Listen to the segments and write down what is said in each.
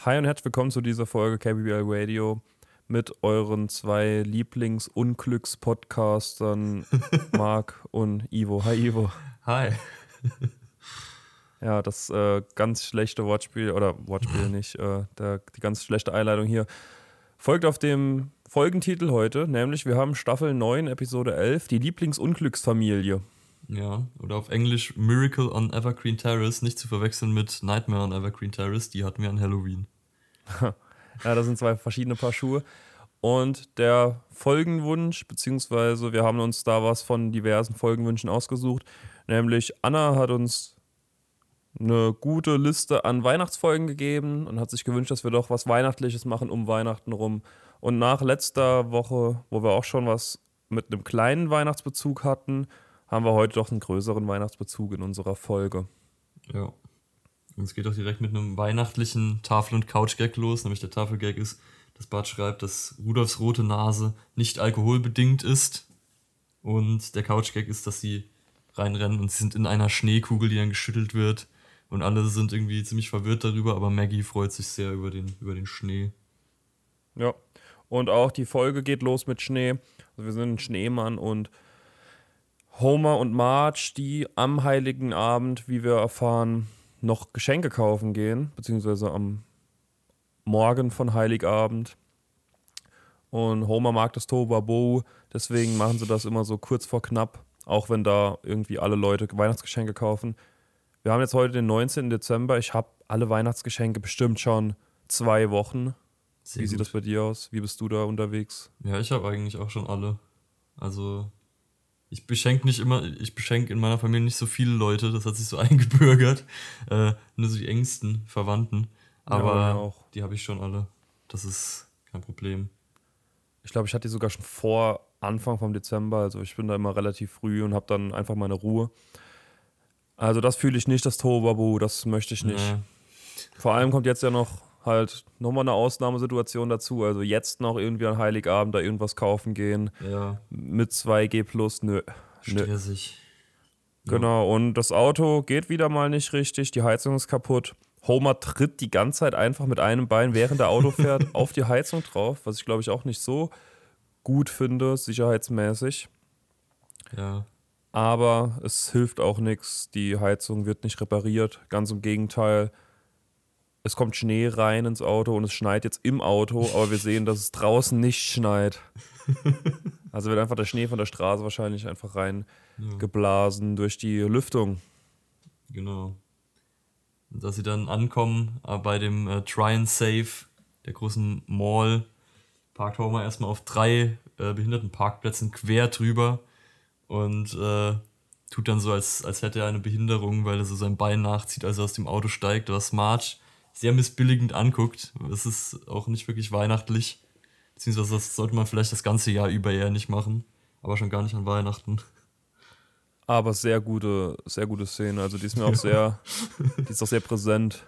Hi und herzlich willkommen zu dieser Folge KBBL Radio mit euren zwei Lieblings-Unglücks-Podcastern Marc und Ivo. Hi Ivo. Hi. Ja, das ganz schlechte Wortspiel, oder Wortspiel nicht, die ganz schlechte Einleitung hier folgt auf dem Folgentitel heute, nämlich wir haben Staffel 9, Episode 11, die Lieblings-Unglücksfamilie. Ja, oder auf Englisch Miracle on Evergreen Terrace, nicht zu verwechseln mit Nightmare on Evergreen Terrace, die hatten wir an Halloween. Ja, das sind zwei verschiedene Paar Schuhe. Und der Folgenwunsch, beziehungsweise wir haben uns da was von diversen Folgenwünschen ausgesucht, nämlich Anna hat uns eine gute Liste an Weihnachtsfolgen gegeben und hat sich gewünscht, dass wir doch was Weihnachtliches machen um Weihnachten rum. Und nach letzter Woche, wo wir auch schon was mit einem kleinen Weihnachtsbezug hatten, haben wir heute doch einen größeren Weihnachtsbezug in unserer Folge. Ja. Und es geht auch direkt mit einem weihnachtlichen Tafel- und Couch-Gag los, nämlich der Tafelgag ist, dass Bart schreibt, dass Rudolfs rote Nase nicht alkoholbedingt ist. Und der Couch-Gag ist, dass sie reinrennen und sie sind in einer Schneekugel, die dann geschüttelt wird. Und alle sind irgendwie ziemlich verwirrt darüber, aber Maggie freut sich sehr über den Schnee. Ja, und auch die Folge geht los mit Schnee. Also wir sind ein Schneemann und Homer und Marge, die am Heiligen Abend, wie wir erfahren, noch Geschenke kaufen gehen, beziehungsweise am Morgen von Heiligabend. Und Homer mag das Tohuwabohu, deswegen machen sie das immer so kurz vor knapp, auch wenn da irgendwie alle Leute Weihnachtsgeschenke kaufen. Wir haben jetzt heute den 19. Dezember, ich habe alle Weihnachtsgeschenke bestimmt schon 2 Wochen. Sehr Wie sieht gut. das bei dir aus? Wie bist du da unterwegs? Ja, ich habe eigentlich auch schon alle. Also, ich beschenke in meiner Familie nicht so viele Leute, das hat sich so eingebürgert. Nur so die engsten Verwandten. Ja, bei mir Aber auch. die habe ich schon alle. Das ist kein Problem. Ich glaube, ich hatte die sogar schon vor Anfang vom Dezember, also ich bin da immer relativ früh und habe dann einfach meine Ruhe. Also das fühle ich nicht, das Tohuwabohu, das möchte ich nicht. Nee, Vor allem kommt jetzt ja noch halt nochmal eine Ausnahmesituation dazu, also jetzt noch irgendwie an Heiligabend da irgendwas kaufen gehen ja, mit 2G plus, nö. stressig. Ja. Genau, und das Auto geht wieder mal nicht richtig, die Heizung ist kaputt. Homer tritt die ganze Zeit einfach mit einem Bein, während der Auto fährt, auf die Heizung drauf, was ich glaube ich auch nicht so gut finde, sicherheitsmäßig. Ja, Aber es hilft auch nichts, die Heizung wird nicht repariert, ganz im Gegenteil. Es kommt Schnee rein ins Auto und es schneit jetzt im Auto, aber wir sehen, dass es draußen nicht schneit. Also wird einfach der Schnee von der Straße wahrscheinlich einfach reingeblasen durch die Lüftung. genau. Und dass sie dann ankommen bei dem Try and Save, der großen Mall, parkt Homer erstmal auf 3 Behindertenparkplätzen quer drüber und tut dann so, als hätte er eine Behinderung, weil er so sein Bein nachzieht, als er aus dem Auto steigt, was Marge sehr missbilligend anguckt. Es ist auch nicht wirklich weihnachtlich, beziehungsweise das sollte man vielleicht das ganze Jahr über eher nicht machen, aber schon gar nicht an Weihnachten. Aber sehr gute Szene. Also die ist mir auch die ist auch sehr präsent.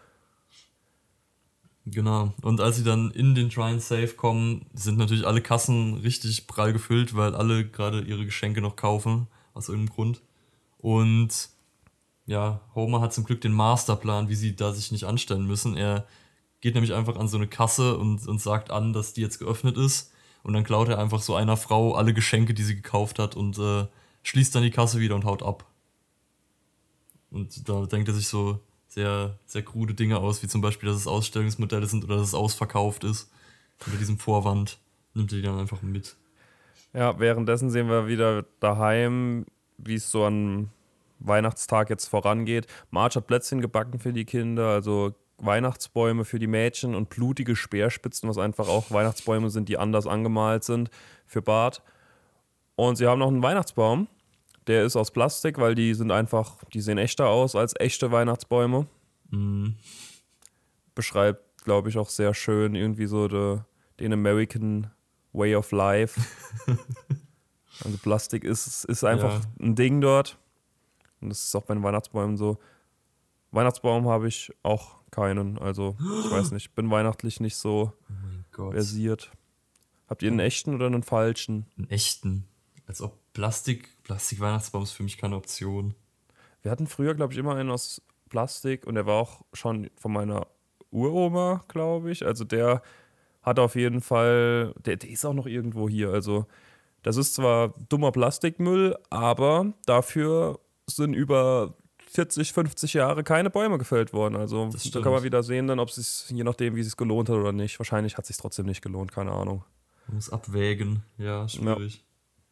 Genau. Und als sie dann in den Try and Save kommen, sind natürlich alle Kassen richtig prall gefüllt, weil alle gerade ihre Geschenke noch kaufen, aus irgendeinem Grund. Und ja, Homer hat zum Glück den Masterplan, wie sie da sich nicht anstellen müssen. Er geht nämlich einfach an so eine Kasse und sagt an, dass die jetzt geöffnet ist. Und dann klaut er einfach so einer Frau alle Geschenke, die sie gekauft hat und schließt dann die Kasse wieder und haut ab. Und da denkt er sich so sehr, sehr krude Dinge aus, wie zum Beispiel, dass es Ausstellungsmodelle sind oder dass es ausverkauft ist. Unter diesem Vorwand nimmt er die dann einfach mit. Ja, währenddessen sehen wir wieder daheim, wie es so an Weihnachtstag jetzt vorangeht. Marge hat Plätzchen gebacken für die Kinder, also Weihnachtsbäume für die Mädchen und blutige Speerspitzen, was einfach auch Weihnachtsbäume sind, die anders angemalt sind für Bart. Und sie haben noch einen Weihnachtsbaum, der ist aus Plastik, weil die sehen echter aus als echte Weihnachtsbäume. Mhm. Beschreibt, glaube ich, auch sehr schön irgendwie so den American Way of Life. Also Plastik ist einfach ein Ding dort. Und das ist auch bei den Weihnachtsbäumen so. Weihnachtsbaum habe ich auch keinen. Also ich weiß nicht, bin weihnachtlich nicht so Oh mein Gott. versiert. Habt ihr einen echten oder einen falschen? Einen echten. Als ob Plastik-Weihnachtsbaum ist für mich keine Option. Wir hatten früher, glaube ich, immer einen aus Plastik und der war auch schon von meiner Uroma, glaube ich. Also der hat auf jeden Fall, der ist auch noch irgendwo hier. Also das ist zwar dummer Plastikmüll, aber dafür sind über 40, 50 Jahre keine Bäume gefällt worden. Also Das da kann man stimmt. wieder sehen, dann, ob es sich, je nachdem, wie es sich gelohnt hat oder nicht. Wahrscheinlich hat es sich trotzdem nicht gelohnt, keine Ahnung. Man muss abwägen. Ja, Ja. schwierig.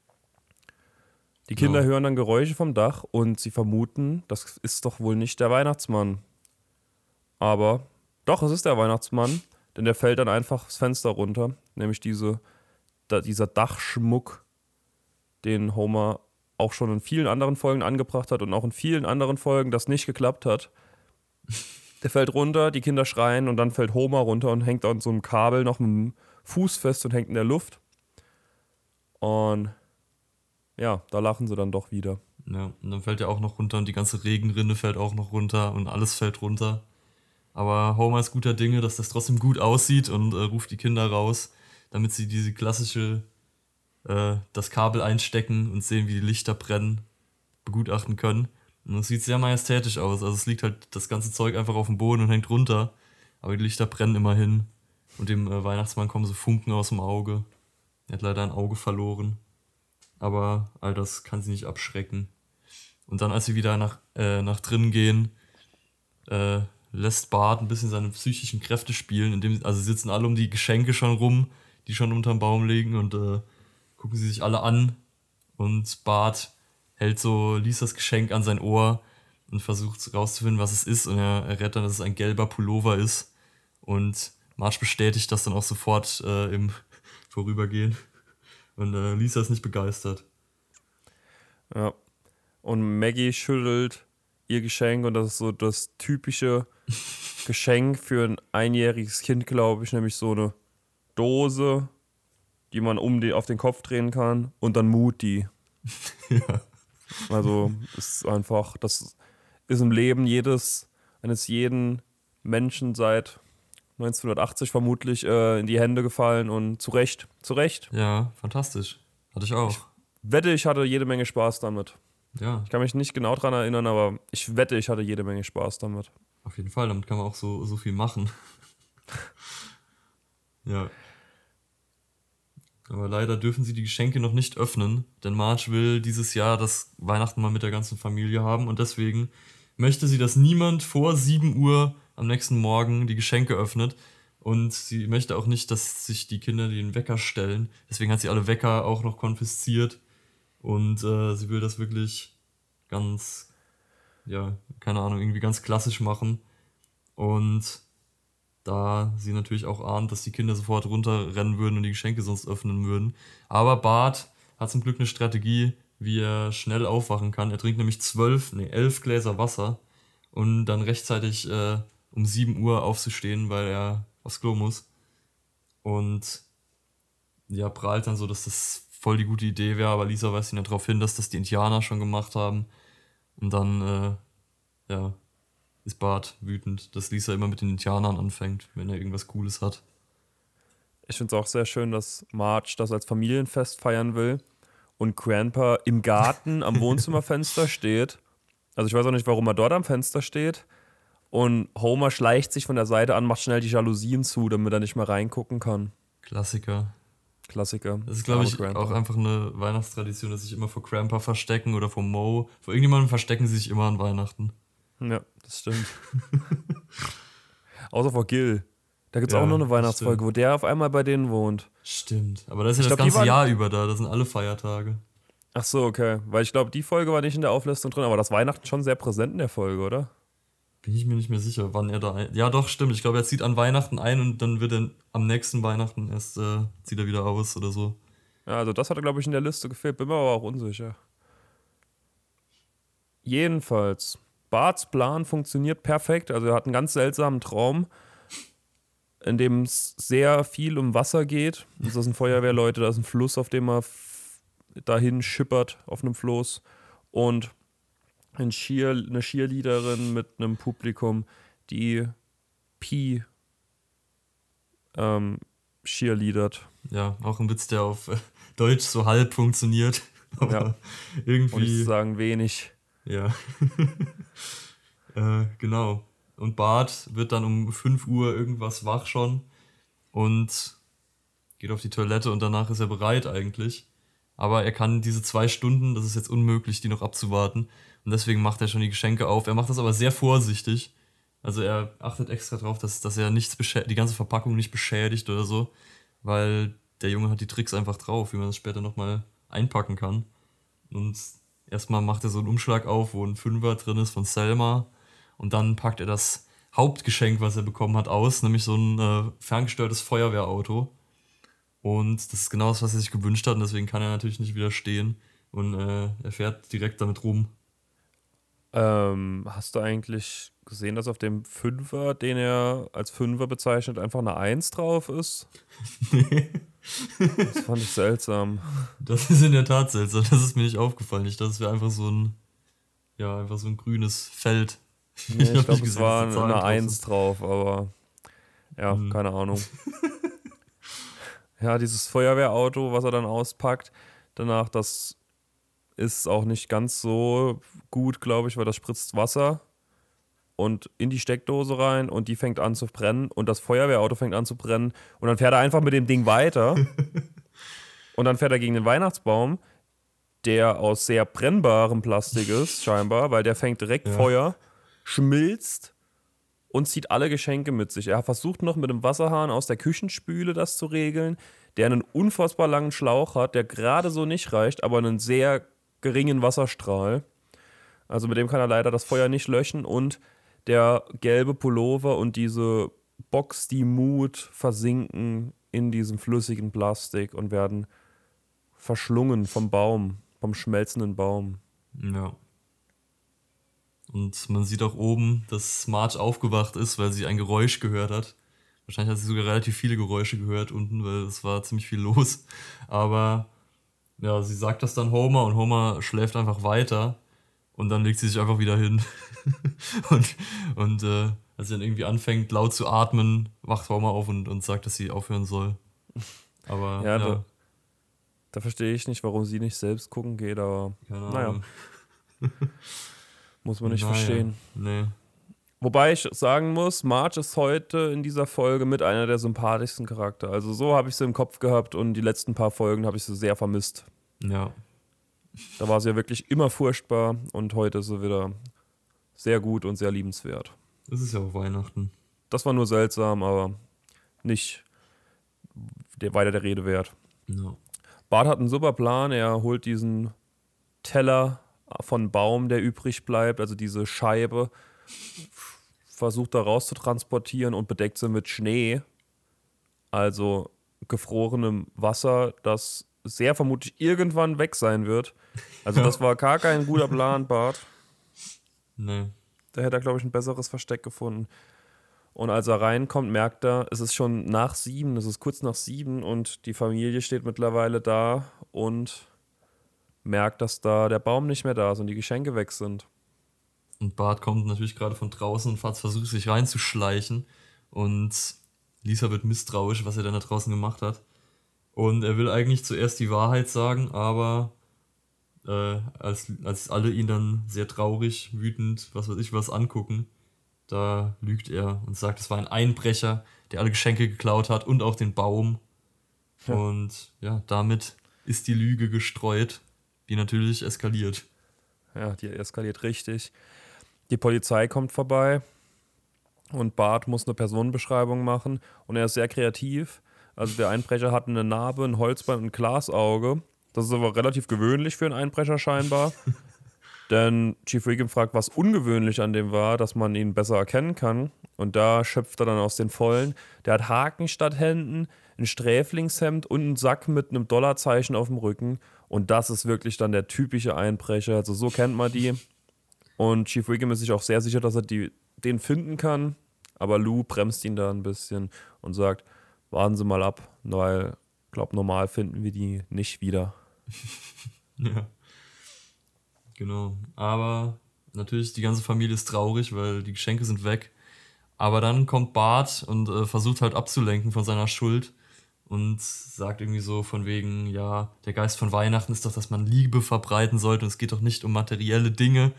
Die Kinder Genau. hören dann Geräusche vom Dach und sie vermuten, das ist doch wohl nicht der Weihnachtsmann. Aber doch, es ist der Weihnachtsmann, denn der fällt dann einfach das Fenster runter. Nämlich dieser Dachschmuck, den Homer auch schon in vielen anderen Folgen angebracht hat und auch in vielen anderen Folgen das nicht geklappt hat. Der fällt runter, die Kinder schreien und dann fällt Homer runter und hängt an so einem Kabel noch mit dem Fuß fest und hängt in der Luft. Und ja, da lachen sie dann doch wieder. Ja, und dann fällt er auch noch runter und die ganze Regenrinne fällt auch noch runter und alles fällt runter. Aber Homer ist guter Dinge, dass das trotzdem gut aussieht und ruft die Kinder raus, damit sie diese klassische, das Kabel einstecken und sehen, wie die Lichter brennen, begutachten können. Und es sieht sehr majestätisch aus. Also es liegt halt das ganze Zeug einfach auf dem Boden und hängt runter. Aber die Lichter brennen immerhin. Und dem Weihnachtsmann kommen so Funken aus dem Auge. Er hat leider ein Auge verloren. Aber all das kann sie nicht abschrecken. Und dann, als sie wieder nach drinnen gehen, lässt Bart ein bisschen seine psychischen Kräfte spielen. Also sie sitzen alle um die Geschenke schon rum, die schon unterm Baum liegen und gucken sie sich alle an. Und Bart hält so Lisas Geschenk an sein Ohr und versucht rauszufinden, was es ist. Und er errät dann, dass es ein gelber Pullover ist. Und Marge bestätigt das dann auch sofort im Vorübergehen. Und Lisa ist nicht begeistert. Ja. Und Maggie schüttelt ihr Geschenk und das ist so das typische Geschenk für ein einjähriges Kind, glaube ich, nämlich so eine Dose, die man auf den Kopf drehen kann und dann Mutti. Ja. Also ist einfach, das ist im Leben eines jeden Menschen seit 1980 vermutlich in die Hände gefallen und zu Recht. Ja, fantastisch. Hatte ich auch. Wette, ich hatte jede Menge Spaß damit. Ja, Ich kann mich nicht genau dran erinnern, aber ich wette, ich hatte jede Menge Spaß damit. auf jeden Fall. Damit kann man auch so viel machen. Ja. Aber leider dürfen sie die Geschenke noch nicht öffnen, denn Marge will dieses Jahr das Weihnachten mal mit der ganzen Familie haben und deswegen möchte sie, dass niemand vor 7 Uhr am nächsten Morgen die Geschenke öffnet und sie möchte auch nicht, dass sich die Kinder den Wecker stellen. Deswegen hat sie alle Wecker auch noch konfisziert und sie will das wirklich ganz, ja, keine Ahnung, irgendwie ganz klassisch machen und da sie natürlich auch ahnt, dass die Kinder sofort runterrennen würden und die Geschenke sonst öffnen würden. Aber Bart hat zum Glück eine Strategie, wie er schnell aufwachen kann. Er trinkt nämlich 11 Gläser Wasser und dann rechtzeitig um 7 Uhr aufzustehen, weil er aufs Klo muss. Und ja, prahlt dann so, dass das voll die gute Idee wäre, aber Lisa weist ihn dann darauf hin, dass das die Indianer schon gemacht haben. Und dann, ja, ist Bart wütend, dass Lisa immer mit den Indianern anfängt, wenn er irgendwas Cooles hat. Ich finde es auch sehr schön, dass Marge das als Familienfest feiern will und Grandpa im Garten am Wohnzimmerfenster steht. Also ich weiß auch nicht, warum er dort am Fenster steht. Und Homer schleicht sich von der Seite an, macht schnell die Jalousien zu, damit er nicht mehr reingucken kann. Klassiker. Klassiker. Das ist, glaube ich, auch einfach eine Weihnachtstradition, dass sich immer vor Grandpa verstecken oder vor Mo. Vor irgendjemandem verstecken sie sich immer an Weihnachten. Ja, das stimmt. Außer vor Gil. Da gibt es Ja, auch noch eine das Weihnachtsfolge, stimmt. wo der auf einmal bei denen wohnt. Stimmt. Aber das ist ja Ich das glaub, die ganze waren- Jahr über da. Das sind alle Feiertage. Ach so, okay. Weil ich glaube, die Folge war nicht in der Auflistung drin, aber das Weihnachten schon sehr präsent in der Folge, oder? Bin ich mir nicht mehr sicher, wann er da Ja, doch, stimmt. Ich glaube, er zieht an Weihnachten ein und dann wird er am nächsten Weihnachten erst zieht er wieder aus oder so. Ja, also das hatte, glaube ich, in der Liste gefehlt, bin mir aber auch unsicher. Jedenfalls, Barts Plan funktioniert perfekt. Also er hat einen ganz seltsamen Traum, in dem es sehr viel um Wasser geht. Das sind Feuerwehrleute, da ist ein Fluss, auf dem er dahin schippert, auf einem Floß. Und eine Cheerleaderin mit einem Publikum, die Pi cheerleadert. Ja, auch ein Witz, der auf Deutsch so halb funktioniert. Aber Ja. Und irgendwie. ich sagen wenig. Ja. Genau. Und Bart wird dann um 5 Uhr irgendwas wach schon und geht auf die Toilette und danach ist er bereit eigentlich. Aber er kann diese 2 Stunden, das ist jetzt unmöglich, die noch abzuwarten. Und deswegen macht er schon die Geschenke auf. Er macht das aber sehr vorsichtig. Also er achtet extra drauf, dass er die ganze Verpackung nicht beschädigt oder so. Weil der Junge hat die Tricks einfach drauf, wie man das später nochmal einpacken kann. Und erstmal macht er so einen Umschlag auf, wo ein Fünfer drin ist von Selma. Und dann packt er das Hauptgeschenk, was er bekommen hat, aus. Nämlich so ein ferngesteuertes Feuerwehrauto. Und das ist genau das, was er sich gewünscht hat. Und deswegen kann er natürlich nicht widerstehen. Und er fährt direkt damit rum. Hast du eigentlich gesehen, dass auf dem Fünfer, den er als Fünfer bezeichnet, einfach eine 1 drauf ist? Nee. Das fand ich seltsam. Das ist in der Tat seltsam. Das ist mir nicht aufgefallen. Ich dachte, es wäre einfach so ein grünes Feld. Nee, ich glaube, es war eine 1 drauf, aber ja, keine Ahnung. Ja, dieses Feuerwehrauto, was er dann auspackt, danach, das ist auch nicht ganz so gut, glaube ich, weil das spritzt Wasser und in die Steckdose rein und die fängt an zu brennen und das Feuerwehrauto fängt an zu brennen und dann fährt er einfach mit dem Ding weiter und dann fährt er gegen den Weihnachtsbaum, der aus sehr brennbarem Plastik ist, scheinbar, weil der fängt direkt Feuer, schmilzt und zieht alle Geschenke mit sich. Er versucht noch mit dem Wasserhahn aus der Küchenspüle das zu regeln, der einen unfassbar langen Schlauch hat, der gerade so nicht reicht, aber einen sehr geringen Wasserstrahl. Also mit dem kann er leider das Feuer nicht löschen und der gelbe Pullover und diese Box, die Mut, versinken in diesem flüssigen Plastik und werden verschlungen vom Baum, vom schmelzenden Baum. Ja. Und man sieht auch oben, dass Marge aufgewacht ist, weil sie ein Geräusch gehört hat. Wahrscheinlich hat sie sogar relativ viele Geräusche gehört unten, weil es war ziemlich viel los. Aber ja, sie sagt das dann Homer und Homer schläft einfach weiter. Und dann legt sie sich einfach wieder hin. und als sie dann irgendwie anfängt, laut zu atmen, wacht Homer auf und sagt, dass sie aufhören soll. Aber ja. Da verstehe ich nicht, warum sie nicht selbst gucken geht, aber naja. Muss man nicht verstehen. Nee. Wobei ich sagen muss, Marge ist heute in dieser Folge mit einer der sympathischsten Charakter. Also so habe ich sie im Kopf gehabt und die letzten paar Folgen habe ich sie sehr vermisst. Ja. Da war sie ja wirklich immer furchtbar und heute ist sie wieder sehr gut und sehr liebenswert. Es ist ja auch Weihnachten. Das war nur seltsam, aber nicht weiter der Rede wert. Ja. Bart hat einen super Plan. Er holt diesen Teller von Baum, der übrig bleibt, also diese Scheibe, versucht da raus zu transportieren und bedeckt sie mit Schnee, also gefrorenem Wasser, das sehr vermutlich irgendwann weg sein wird. Also das war gar kein guter Plan, Bart. Nee. Da hätte er, glaube ich, ein besseres Versteck gefunden. Und als er reinkommt, merkt er, es ist schon nach 7, es ist kurz nach 7 und die Familie steht mittlerweile da und merkt, dass da der Baum nicht mehr da ist und die Geschenke weg sind. Und Bart kommt natürlich gerade von draußen und versucht sich reinzuschleichen. Und Lisa wird misstrauisch, was er denn da draußen gemacht hat. Und er will eigentlich zuerst die Wahrheit sagen, aber als alle ihn dann sehr traurig, wütend, was weiß ich was angucken, da lügt er und sagt, es war ein Einbrecher, der alle Geschenke geklaut hat und auch den Baum. Ja. Und ja, damit ist die Lüge gestreut, die natürlich eskaliert. Ja, die eskaliert richtig. Die Polizei kommt vorbei und Bart muss eine Personenbeschreibung machen und er ist sehr kreativ. Also der Einbrecher hat eine Narbe, ein Holzbein und ein Glasauge. Das ist aber relativ gewöhnlich für einen Einbrecher scheinbar. Denn Chief Wiggum fragt, was ungewöhnlich an dem war, dass man ihn besser erkennen kann. Und da schöpft er dann aus den Vollen. Der hat Haken statt Händen, ein Sträflingshemd und einen Sack mit einem Dollarzeichen auf dem Rücken. Und das ist wirklich dann der typische Einbrecher. Also so kennt man die. Und Chief Wiggum ist sich auch sehr sicher, dass er den finden kann. Aber Lou bremst ihn da ein bisschen und sagt, warten Sie mal ab, weil ich glaube, normal finden wir die nicht wieder. Ja. Genau. Aber natürlich, die ganze Familie ist traurig, weil die Geschenke sind weg. Aber dann kommt Bart und versucht halt abzulenken von seiner Schuld und sagt irgendwie so von wegen, ja, der Geist von Weihnachten ist doch, dass man Liebe verbreiten sollte und es geht doch nicht um materielle Dinge.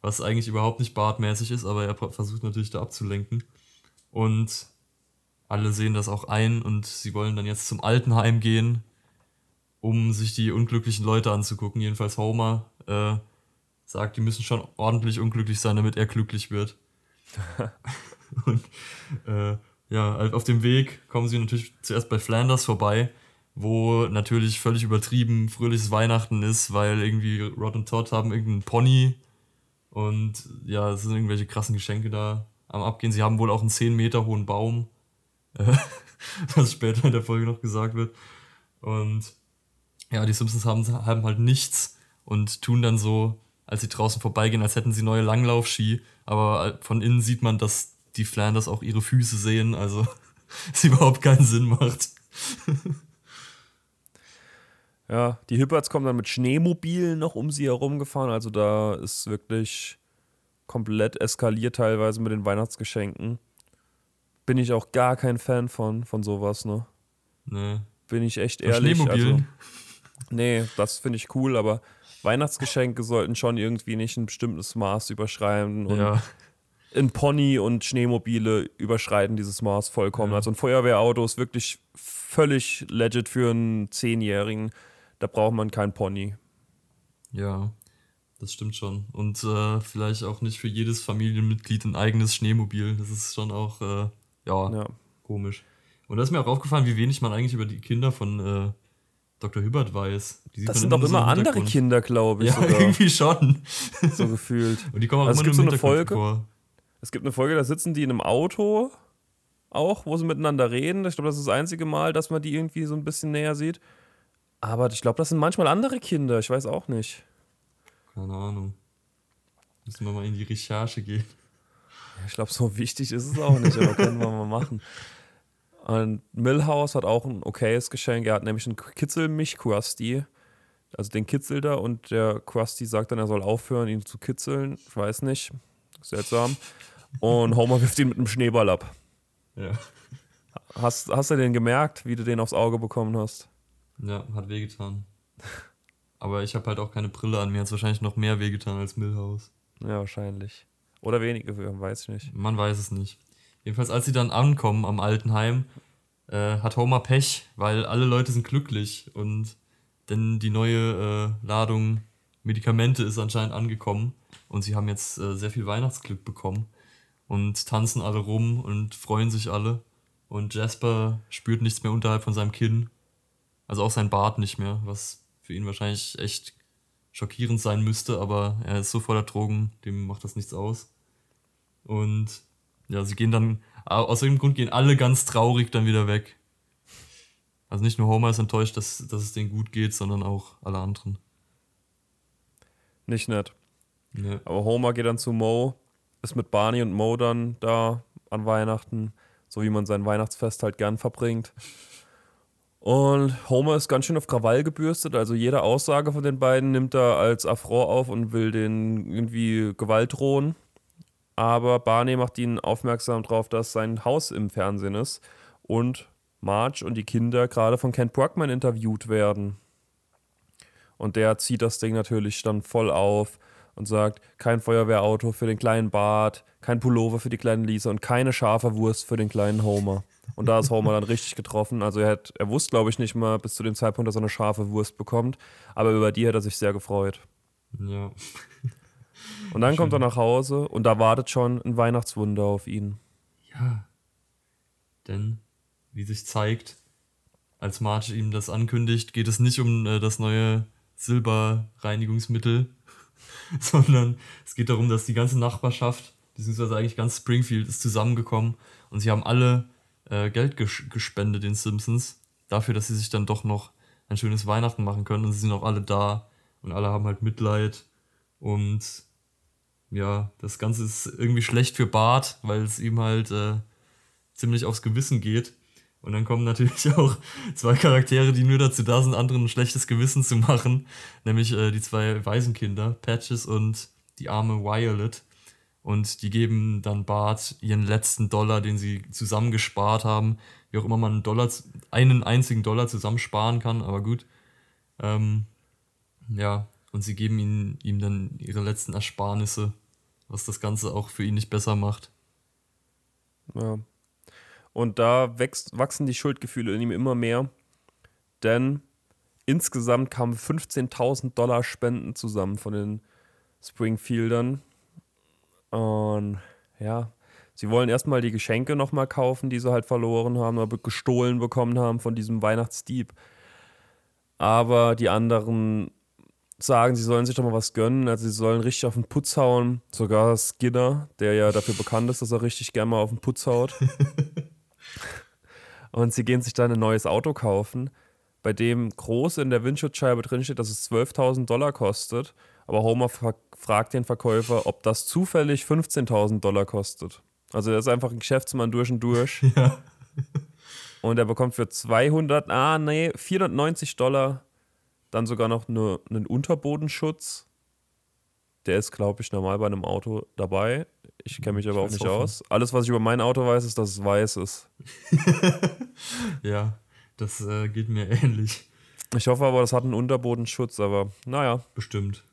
was eigentlich überhaupt nicht bartmäßig ist, aber er versucht natürlich da abzulenken. Und alle sehen das auch ein und sie wollen dann jetzt zum Altenheim gehen, um sich die unglücklichen Leute anzugucken. Jedenfalls Homer sagt, die müssen schon ordentlich unglücklich sein, damit er glücklich wird. Und auf dem Weg kommen sie natürlich zuerst bei Flanders vorbei, wo natürlich völlig übertrieben fröhliches Weihnachten ist, weil irgendwie Rod und Todd haben irgendeinen Pony und ja, es sind irgendwelche krassen Geschenke da am Abgehen. Sie haben wohl auch einen 10 Meter hohen Baum, was später in der Folge noch gesagt wird. Und ja, die Simpsons haben halt nichts und tun dann so, als sie draußen vorbeigehen, als hätten sie neue Langlaufski, aber von innen sieht man, dass die Flanders auch ihre Füße sehen, also es überhaupt keinen Sinn macht. Ja, die Hibberts kommen dann mit Schneemobilen noch um sie herum gefahren, also da ist wirklich komplett eskaliert teilweise mit den Weihnachtsgeschenken. Bin ich auch gar kein Fan von sowas, ne? Nee. Bin ich echt ehrlich. Schneemobilen? Also, nee, das finde ich cool, aber Weihnachtsgeschenke sollten schon irgendwie nicht ein bestimmtes Maß überschreiten und Ja. ein Pony und Schneemobile überschreiten dieses Maß vollkommen. Ja. Also ein Feuerwehrauto ist wirklich völlig legit für einen 10-Jährigen. Da braucht man kein Pony. Ja, das stimmt schon. Und vielleicht auch nicht für jedes Familienmitglied ein eigenes Schneemobil. Das ist schon auch, Ja. komisch. Und da ist mir auch aufgefallen, wie wenig man eigentlich über die Kinder von Dr. Hibbert weiß. Die sieht Das man sind doch nur so immer im andere Hintergrund. Kinder, glaube ich, Ja, sogar, irgendwie schon. so gefühlt. Und die kommen auch Also es immer gibt nur so im eine Hintergrund Folge, vor. Es gibt eine Folge, da sitzen die in einem Auto auch, wo sie miteinander reden. Ich glaube, das ist das einzige Mal, dass man die irgendwie so ein bisschen näher sieht. Aber ich glaube, das sind manchmal andere Kinder. Ich weiß auch nicht. Keine Ahnung. Müssen wir mal in die Recherche gehen. Ich glaube, so wichtig ist es auch nicht, aber können wir mal machen. Und Milhouse hat auch ein okayes Geschenk. Er hat nämlich einen Kitzelmilch-Krusty. Also den kitzelt er und der Krusty sagt dann, er soll aufhören, ihn zu kitzeln. Ich weiß nicht. Seltsam. Und Homer wirft ihn mit einem Schneeball ab. Ja. Hast du den gemerkt, wie du den aufs Auge bekommen hast? Ja, hat wehgetan. Aber ich habe halt auch keine Brille an. Mir hat es wahrscheinlich noch mehr wehgetan als Milhouse. Ja, wahrscheinlich. Oder wenige, weiß ich nicht. Man weiß es nicht. Jedenfalls, als sie dann ankommen am Altenheim, hat Homer Pech, weil alle Leute sind glücklich und denn die neue Ladung Medikamente ist anscheinend angekommen und sie haben jetzt sehr viel Weihnachtsglück bekommen und tanzen alle rum und freuen sich alle und Jasper spürt nichts mehr unterhalb von seinem Kinn, also auch sein Bart nicht mehr, was für ihn wahrscheinlich echt schockierend sein müsste, aber er ist so voller Drogen, dem macht das nichts aus. Und ja, sie gehen dann, aus irgendeinem Grund gehen alle ganz traurig dann wieder weg. Also nicht nur Homer ist enttäuscht, dass es denen gut geht, sondern auch alle anderen. Nicht nett. Ja. Aber Homer geht dann zu Moe, ist mit Barney und Moe dann da an Weihnachten, so wie man sein Weihnachtsfest halt gern verbringt. Und Homer ist ganz schön auf Krawall gebürstet, also jede Aussage von den beiden nimmt er als Affront auf und will denen irgendwie Gewalt drohen. Aber Barney macht ihn aufmerksam darauf, dass sein Haus im Fernsehen ist und Marge und die Kinder gerade von Kent Brockman interviewt werden. Und der zieht das Ding natürlich dann voll auf und sagt, kein Feuerwehrauto für den kleinen Bart, kein Pullover für die kleine Lisa und keine scharfe Wurst für den kleinen Homer. Und da ist Homer dann richtig getroffen. Also er wusste, glaube ich, nicht mal bis zu dem Zeitpunkt, dass er eine scharfe Wurst bekommt. Aber über die hat er sich sehr gefreut. Ja. Und dann kommt er nach Hause und da wartet schon ein Weihnachtswunder auf ihn. Ja. Denn, wie sich zeigt, als Marge ihm das ankündigt, geht es nicht um das neue Silberreinigungsmittel, sondern es geht darum, dass die ganze Nachbarschaft, beziehungsweise eigentlich ganz Springfield, ist zusammengekommen und sie haben alle Geld gespendet, den Simpsons, dafür, dass sie sich dann doch noch ein schönes Weihnachten machen können und sie sind auch alle da und alle haben halt Mitleid und ja, das Ganze ist irgendwie schlecht für Bart, weil es ihm halt ziemlich aufs Gewissen geht. Und dann kommen natürlich auch zwei Charaktere, die nur dazu da sind, anderen ein schlechtes Gewissen zu machen. Nämlich die zwei Waisenkinder, Patches und die arme Violet. Und die geben dann Bart ihren letzten $, den sie zusammengespart haben. Wie auch immer man einen einzigen $, zusammensparen kann, aber gut. Ja, und sie geben ihm dann ihre letzten Ersparnisse was das Ganze auch für ihn nicht besser macht. Ja. Und da wachsen die Schuldgefühle in ihm immer mehr, denn insgesamt kamen $15.000 Spenden zusammen von den Springfieldern. Und ja, sie wollen erstmal die Geschenke nochmal kaufen, die sie halt verloren haben oder gestohlen bekommen haben von diesem Weihnachtsdieb. Aber die anderen sagen, sie sollen sich doch mal was gönnen, also sie sollen richtig auf den Putz hauen. Sogar Skinner, der ja dafür bekannt ist, dass er richtig gerne mal auf den Putz haut. Und sie gehen sich dann ein neues Auto kaufen, bei dem groß in der Windschutzscheibe drinsteht, dass es $12.000 kostet. Aber Homer fragt den Verkäufer, ob das zufällig $15.000 kostet. Also er ist einfach ein Geschäftsmann durch und durch. Ja. Und er bekommt für $490 dann sogar noch einen Unterbodenschutz. Der ist, glaube ich, normal bei einem Auto dabei. Ich kenne mich aber auch nicht aus. Alles, was ich über mein Auto weiß, ist, dass es weiß ist. Ja, das geht mir ähnlich. Ich hoffe aber, das hat einen Unterbodenschutz, aber naja. Bestimmt.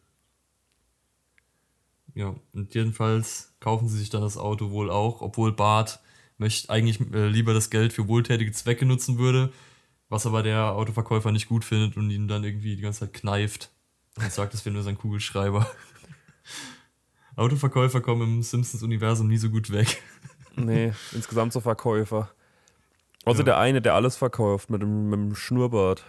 Ja, und jedenfalls kaufen sie sich dann das Auto wohl auch, obwohl Bart eigentlich lieber das Geld für wohltätige Zwecke nutzen würde, was aber der Autoverkäufer nicht gut findet und ihn dann irgendwie die ganze Zeit kneift und sagt, das wäre nur sein Kugelschreiber. Autoverkäufer kommen im Simpsons-Universum nie so gut weg. Nee, insgesamt so Verkäufer. Außer der eine, der alles verkauft, mit dem Schnurrbart.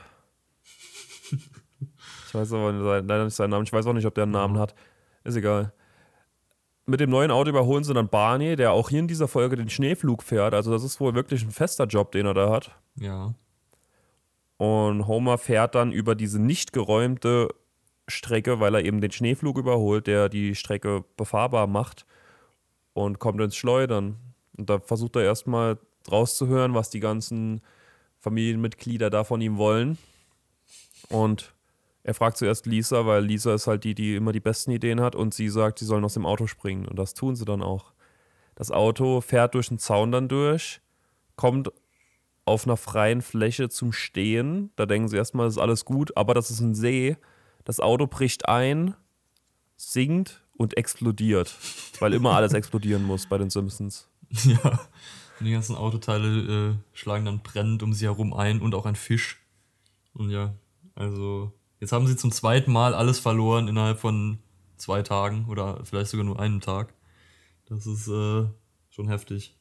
Ich weiß aber leider nicht seinen Namen. Ich weiß auch nicht, ob der einen Namen hat. Ist egal. Mit dem neuen Auto überholen sie dann Barney, der auch hier in dieser Folge den Schneeflug fährt. Also das ist wohl wirklich ein fester Job, den er da hat. Ja. Und Homer fährt dann über diese nicht geräumte Strecke, weil er eben den Schneeflug überholt, der die Strecke befahrbar macht, und kommt ins Schleudern. Und da versucht er erstmal rauszuhören, was die ganzen Familienmitglieder da von ihm wollen. Und er fragt zuerst Lisa, weil Lisa ist halt die immer die besten Ideen hat, und sie sagt, sie sollen aus dem Auto springen. Und das tun sie dann auch. Das Auto fährt durch den Zaun dann durch, kommt auf einer freien Fläche zum Stehen. Da denken sie erstmal, das ist alles gut, aber das ist ein See. Das Auto bricht ein, sinkt und explodiert, weil immer alles explodieren muss bei den Simpsons. Ja, und die ganzen Autoteile schlagen dann brennend um sie herum ein und auch ein Fisch. Und ja, also jetzt haben sie zum zweiten Mal alles verloren innerhalb von 2 Tagen oder vielleicht sogar nur einem Tag. Das ist schon heftig.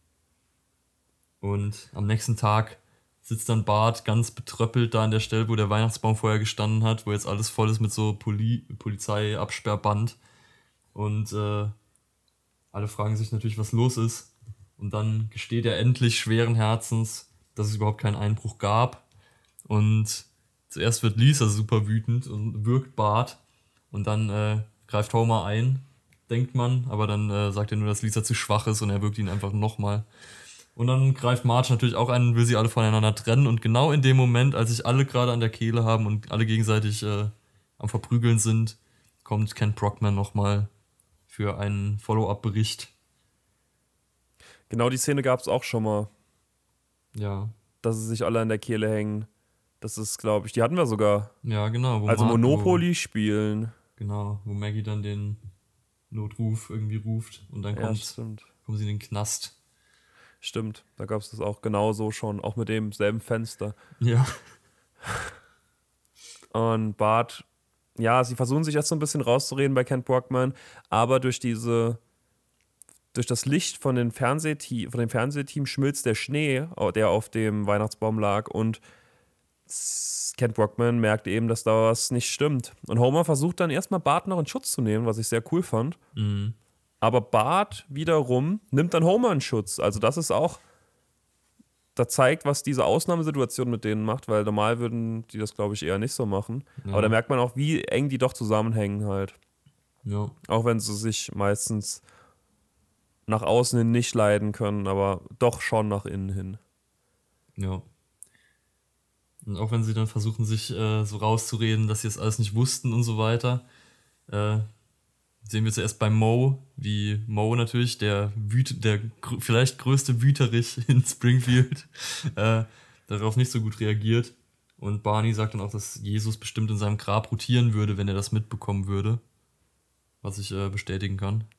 Und am nächsten Tag sitzt dann Bart ganz betröppelt da an der Stelle, wo der Weihnachtsbaum vorher gestanden hat, wo jetzt alles voll ist mit so Polizeiabsperrband. Und alle fragen sich natürlich, was los ist. Und dann gesteht er endlich schweren Herzens, dass es überhaupt keinen Einbruch gab. Und zuerst wird Lisa super wütend und würgt Bart. Und dann greift Homer ein, denkt man. Aber dann sagt er nur, dass Lisa zu schwach ist und er würgt ihn einfach nochmal. Und dann greift Marge natürlich auch ein und will sie alle voneinander trennen. Und genau in dem Moment, als sich alle gerade an der Kehle haben und alle gegenseitig am Verprügeln sind, kommt Ken Brockman nochmal für einen Follow-up-Bericht. Genau die Szene gab es auch schon mal. Ja. Dass sie sich alle an der Kehle hängen. Das ist, glaube ich, die hatten wir sogar. Ja, genau. Also Monopoly spielen. Genau, wo Maggie dann den Notruf irgendwie ruft und dann kommen sie in den Knast. Stimmt, da gab es das auch genauso schon, auch mit demselben Fenster. Ja. Und Bart, ja, sie versuchen sich erst so ein bisschen rauszureden bei Ken Brockman, aber durch das Licht von dem Fernsehteam schmilzt der Schnee, der auf dem Weihnachtsbaum lag, und Ken Brockman merkt eben, dass da was nicht stimmt. Und Homer versucht dann erstmal Bart noch in Schutz zu nehmen, was ich sehr cool fand. Mhm. Aber Bart wiederum nimmt dann Homer in Schutz. Also das ist auch, da zeigt, was diese Ausnahmesituation mit denen macht, weil normal würden die das, glaube ich, eher nicht so machen. Ja. Aber da merkt man auch, wie eng die doch zusammenhängen halt. Ja. Auch wenn sie sich meistens nach außen hin nicht leiden können, aber doch schon nach innen hin. Ja. Und auch wenn sie dann versuchen, sich so rauszureden, dass sie das alles nicht wussten und so weiter, sehen wir zuerst bei Moe, wie Moe natürlich, der vielleicht größte Wüterich in Springfield, darauf nicht so gut reagiert. Und Barney sagt dann auch, dass Jesus bestimmt in seinem Grab rotieren würde, wenn er das mitbekommen würde. Was ich bestätigen kann.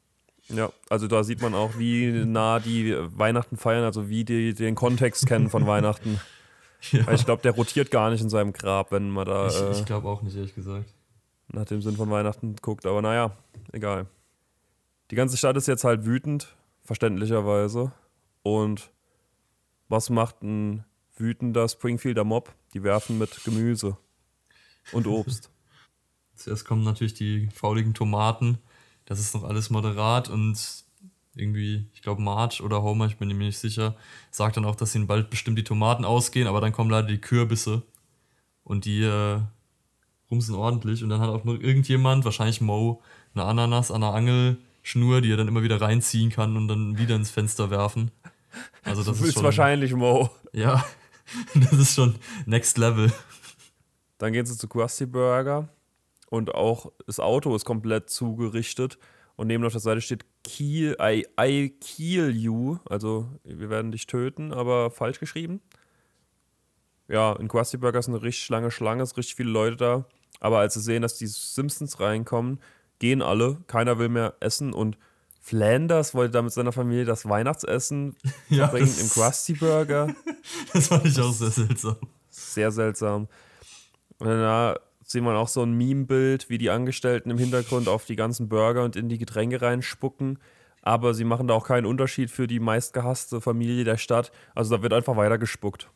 Ja, also da sieht man auch, wie nah die Weihnachten feiern, also wie die den Kontext kennen von Weihnachten. Ja. Weil ich glaube, der rotiert gar nicht in seinem Grab, wenn man da Ich glaube auch nicht, ehrlich gesagt. nach dem Sinn von Weihnachten guckt. Aber naja, egal. Die ganze Stadt ist jetzt halt wütend, verständlicherweise. Und was macht ein wütender Springfielder Mob? Die werfen mit Gemüse und Obst. Zuerst kommen natürlich die fauligen Tomaten. Das ist noch alles moderat und irgendwie, ich glaube Marge oder Homer, ich bin mir nicht sicher, sagt dann auch, dass ihnen bald bestimmt die Tomaten ausgehen, aber dann kommen leider die Kürbisse und die rumsen ordentlich und dann hat auch noch irgendjemand, wahrscheinlich Mo, eine Ananas an der Angelschnur, die er dann immer wieder reinziehen kann und dann wieder ins Fenster werfen. Also das ist schon wahrscheinlich Mo. Ja, das ist schon Next Level. Dann gehen sie zu Krusty Burger und auch das Auto ist komplett zugerichtet und neben auf der Seite steht I kill you, also wir werden dich töten, aber falsch geschrieben. Ja, in Krusty Burger ist eine richtig lange Schlange, es sind richtig viele Leute da, aber als sie sehen, dass die Simpsons reinkommen, gehen alle, keiner will mehr essen und Flanders wollte da mit seiner Familie das Weihnachtsessen verbringen im Krusty Burger. Das fand ich auch sehr seltsam. Sehr seltsam. Und da sieht man auch so ein Meme-Bild, wie die Angestellten im Hintergrund auf die ganzen Burger und in die Getränke reinspucken. Aber sie machen da auch keinen Unterschied für die meistgehasste Familie der Stadt. Also da wird einfach weiter gespuckt.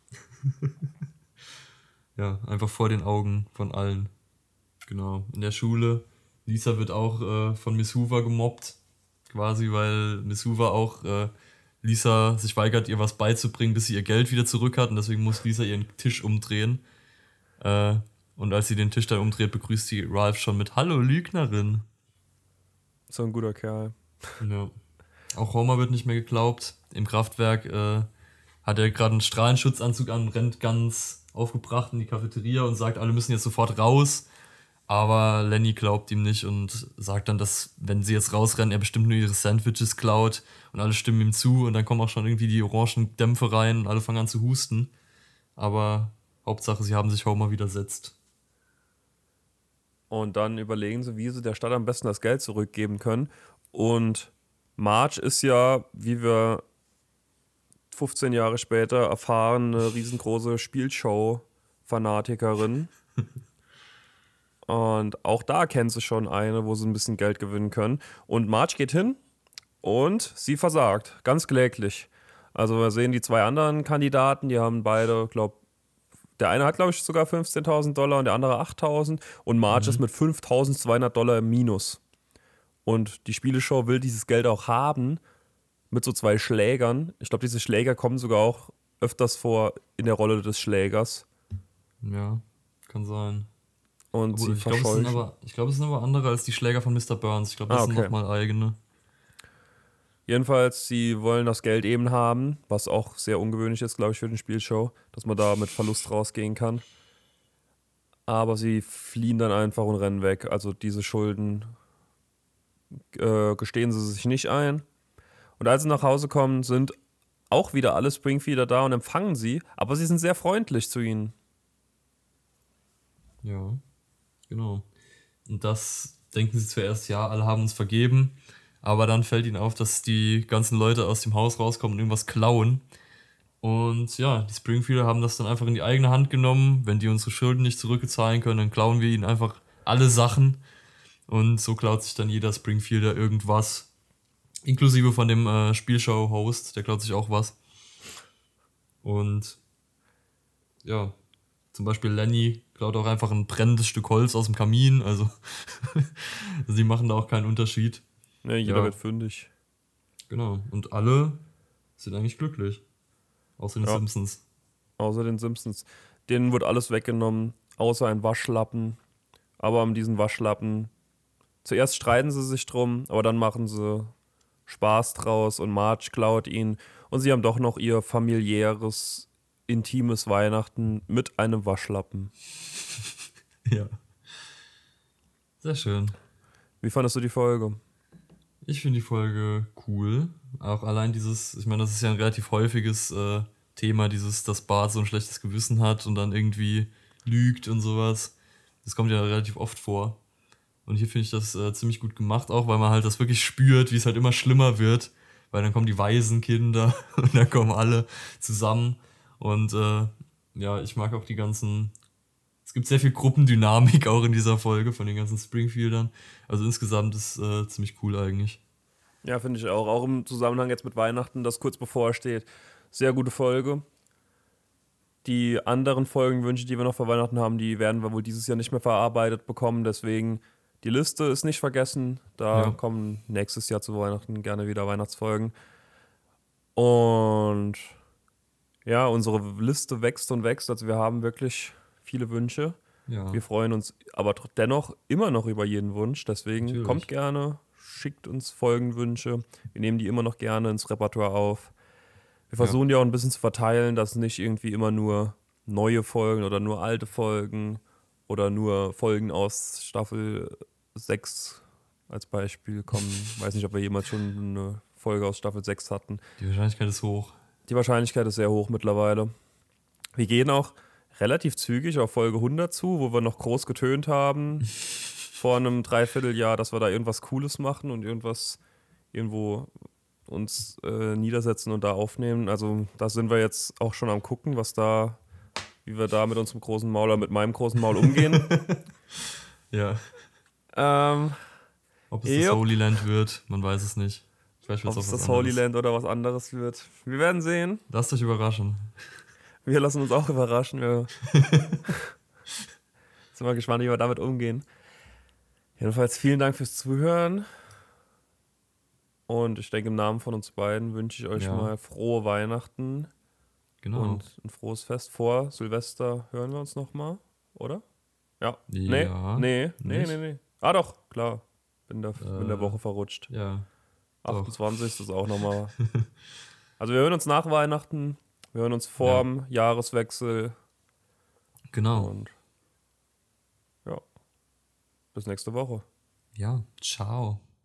Ja, einfach vor den Augen von allen. Genau. In der Schule, Lisa wird auch von Miss Hoover gemobbt. Quasi, weil Miss Hoover auch Lisa sich weigert, ihr was beizubringen, bis sie ihr Geld wieder zurück hat. Und deswegen muss Lisa ihren Tisch umdrehen. Und als sie den Tisch dann umdreht, begrüßt sie Ralph schon mit Hallo, Lügnerin. So ein guter Kerl. Ja. Auch Homer wird nicht mehr geglaubt. Im Kraftwerk hat er gerade einen Strahlenschutzanzug an, rennt ganz aufgebracht in die Cafeteria und sagt, alle müssen jetzt sofort raus. Aber Lenny glaubt ihm nicht und sagt dann, dass, wenn sie jetzt rausrennen, er bestimmt nur ihre Sandwiches klaut und alle stimmen ihm zu und dann kommen auch schon irgendwie die orangen Dämpfe rein und alle fangen an zu husten. Aber Hauptsache, sie haben sich Homer widersetzt. Und dann überlegen sie, wie sie der Stadt am besten das Geld zurückgeben können. Und Marge ist ja, wie wir 15 Jahre später erfahren, eine riesengroße Spielshow-Fanatikerin. Und auch da kennt sie schon eine, wo sie ein bisschen Geld gewinnen können. Und Marge geht hin und sie versagt, ganz kläglich. Also wir sehen die zwei anderen Kandidaten, die haben beide, der eine hat, glaube ich, sogar $15.000 und der andere 8.000. Und Marge ist mit $5.200 im Minus. Und die Spieleshow will dieses Geld auch haben mit so zwei Schlägern. Ich glaube, diese Schläger kommen sogar auch öfters vor in der Rolle des Schlägers. Ja, kann sein. Und Obwohl, ich glaube, es sind aber andere als die Schläger von Mr. Burns. Ich glaube, das sind nochmal eigene. Jedenfalls, sie wollen das Geld eben haben, was auch sehr ungewöhnlich ist, glaube ich, für den Spielshow, dass man da mit Verlust rausgehen kann. Aber sie fliehen dann einfach und rennen weg. Also diese Schulden gestehen sie sich nicht ein. Und als sie nach Hause kommen, sind auch wieder alle Springfielder da und empfangen sie, aber sie sind sehr freundlich zu ihnen. Ja, genau. Und das denken sie zuerst, ja, alle haben uns vergeben, aber dann fällt ihnen auf, dass die ganzen Leute aus dem Haus rauskommen und irgendwas klauen. Und ja, die Springfielder haben das dann einfach in die eigene Hand genommen. Wenn die unsere Schulden nicht zurückzahlen können, dann klauen wir ihnen einfach alle Sachen. Und so klaut sich dann jeder Springfielder irgendwas. Inklusive von dem Spielshow-Host, der klaut sich auch was. Und ja, zum Beispiel Lenny klaut auch einfach ein brennendes Stück Holz aus dem Kamin. Also sie machen da auch keinen Unterschied. Ne, jeder wird fündig. Genau. Und alle sind eigentlich glücklich. Außer den Simpsons. Außer den Simpsons. Denen wird alles weggenommen, außer ein Waschlappen. Aber um diesen Waschlappen, zuerst streiten sie sich drum, aber dann machen sie Spaß draus und Marge klaut ihn. Und sie haben doch noch ihr familiäres, intimes Weihnachten mit einem Waschlappen. Ja. Sehr schön. Wie fandest du die Folge? Ich finde die Folge cool. Auch allein dieses, ich meine, das ist ja ein relativ häufiges Thema, dass Bart so ein schlechtes Gewissen hat und dann irgendwie lügt und sowas. Das kommt ja relativ oft vor. Und hier finde ich das ziemlich gut gemacht, auch weil man halt das wirklich spürt, wie es halt immer schlimmer wird. Weil dann kommen die Waisenkinder und dann kommen alle zusammen. Und ja, ich mag auch die ganzen... Es gibt sehr viel Gruppendynamik auch in dieser Folge von den ganzen Springfieldern. Also insgesamt ist ziemlich cool eigentlich. Ja, finde ich auch. Auch im Zusammenhang jetzt mit Weihnachten, das kurz bevorsteht. Sehr gute Folge. Die anderen Folgenwünsche, die wir noch für Weihnachten haben, die werden wir wohl dieses Jahr nicht mehr verarbeitet bekommen. Deswegen, die Liste ist nicht vergessen. Da kommen nächstes Jahr zu Weihnachten gerne wieder Weihnachtsfolgen. Und ja, unsere Liste wächst und wächst. Also wir haben wirklich viele Wünsche. Ja. Wir freuen uns aber dennoch immer noch über jeden Wunsch. Deswegen Natürlich. kommt gerne, schickt uns Folgenwünsche. Wir nehmen die immer noch gerne ins Repertoire auf. Wir versuchen die auch ein bisschen zu verteilen, dass nicht irgendwie immer nur neue Folgen oder nur alte Folgen oder nur Folgen aus Staffel 6 als Beispiel kommen. Weiß nicht, ob wir jemals schon eine Folge aus Staffel 6 hatten. Die Wahrscheinlichkeit ist hoch. Die Wahrscheinlichkeit ist sehr hoch mittlerweile. Wir gehen auch relativ zügig auf Folge 100 zu, wo wir noch groß getönt haben vor einem Dreivierteljahr, dass wir da irgendwas Cooles machen und irgendwo uns niedersetzen und da aufnehmen. Also da sind wir jetzt auch schon am gucken, wie wir da mit unserem großen Maul oder mit meinem großen Maul umgehen. Ja. Ob es das Holy Land wird, man weiß es nicht. Ob es das Holy Land oder was anderes wird. Wir werden sehen. Lasst euch überraschen. Wir lassen uns auch überraschen. Wir sind mal gespannt, wie wir damit umgehen. Jedenfalls vielen Dank fürs Zuhören. Und ich denke, im Namen von uns beiden wünsche ich euch mal frohe Weihnachten. Genau. Und ein frohes Fest vor Silvester. Hören wir uns nochmal, oder? Ja. Nee. Ah doch, klar. Bin der Woche verrutscht. Ja. 28. ist auch nochmal. Also wir hören uns nach Weihnachten. Wir hören uns vorm Jahreswechsel. Genau. Und ja. Bis nächste Woche. Ja, ciao.